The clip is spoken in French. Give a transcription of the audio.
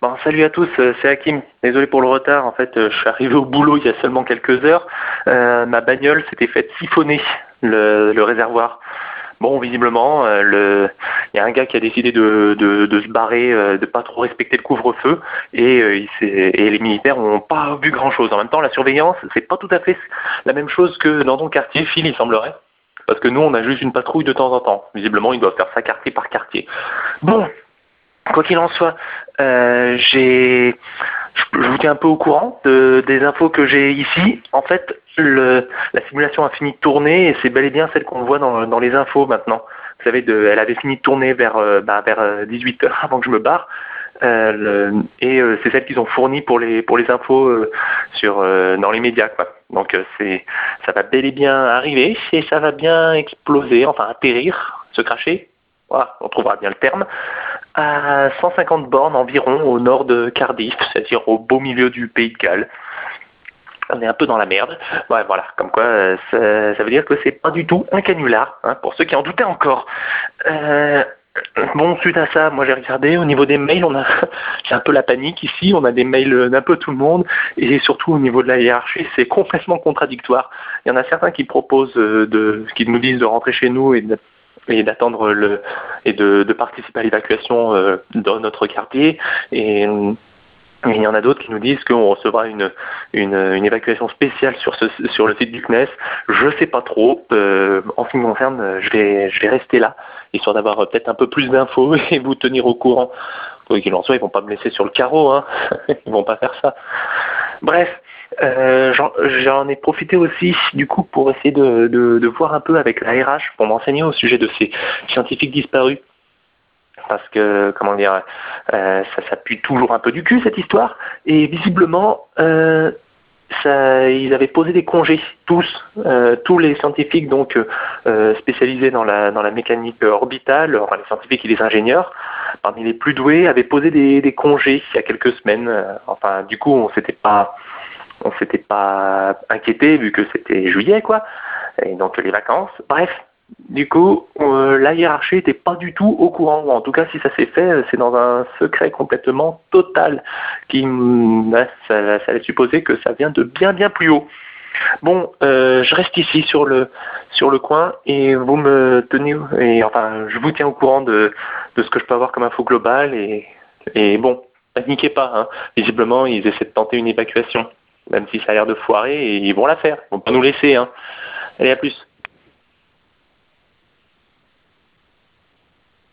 Bon, salut à tous, c'est Hakim. Désolé pour le retard, en fait, je suis arrivé au boulot il y a seulement quelques heures. Ma bagnole s'était faite siphonner le réservoir. Bon, visiblement, il y a un gars qui a décidé de se barrer, de pas trop respecter le couvre-feu, et, et les militaires n'ont pas vu grand-chose. En même temps, la surveillance, c'est pas tout à fait la même chose que dans ton quartier, Phil, il semblerait. Parce que nous, on a juste une patrouille de temps en temps. Visiblement, ils doivent faire ça quartier par quartier. Bon, quoi qu'il en soit, je vous tiens un peu au courant des infos que j'ai ici. En fait, la simulation a fini de tourner et c'est bel et bien celle qu'on voit dans les infos maintenant. Vous savez, elle avait fini de tourner vers 18 heures avant que je me barre. C'est celle qu'ils ont fournie pour les infos dans les médias, quoi. Donc ça va bel et bien arriver et ça va bien exploser, enfin atterrir, se cracher. Voilà, on trouvera bien le terme, à 150 bornes environ au nord de Cardiff, c'est-à-dire au beau milieu du Pays de Galles. On est un peu dans la merde. Ouais, voilà, comme quoi ça veut dire que c'est pas du tout un canular, hein, pour ceux qui en doutaient encore. Bon, suite à ça, moi j'ai regardé, au niveau des mails, c'est un peu la panique ici, on a des mails d'un peu tout le monde, et surtout au niveau de la hiérarchie, c'est complètement contradictoire. Il y en a certains qui proposent qui nous disent de rentrer chez nous et d'attendre et de participer à l'évacuation dans notre quartier, et il y en a d'autres qui nous disent qu'on recevra une évacuation spéciale sur le site du CNES. Je sais pas trop. En ce qui me concerne, je vais rester là, histoire d'avoir peut-être un peu plus d'infos et vous tenir au courant. Quoi qu'il en soit, ils vont pas me laisser sur le carreau, hein. Ils vont pas faire ça. Bref, j'en ai profité aussi du coup pour essayer de voir un peu avec la RH pour m'enseigner au sujet de ces scientifiques disparus. Parce que, comment dire, ça s'appuie toujours un peu du cul, cette histoire. Et visiblement, ils avaient posé des congés, tous les scientifiques donc spécialisés dans la mécanique orbitale, enfin les scientifiques et les ingénieurs, parmi les plus doués, avaient posé des congés il y a quelques semaines. Enfin, du coup, on s'était pas inquiété vu que c'était juillet, quoi, et donc les vacances. Bref. Du coup, la hiérarchie n'était pas du tout au courant. En tout cas, si ça s'est fait, c'est dans un secret complètement total. Ça laisse supposer que ça vient de bien bien plus haut. Bon, je reste ici sur le coin et vous me tenez, et enfin, je vous tiens au courant de ce que je peux avoir comme info globale et bon, paniquez pas, hein. Visiblement, ils essaient de tenter une évacuation, même si ça a l'air de foirer et ils vont la faire. Ils vont pas nous laisser, hein. Allez, à plus.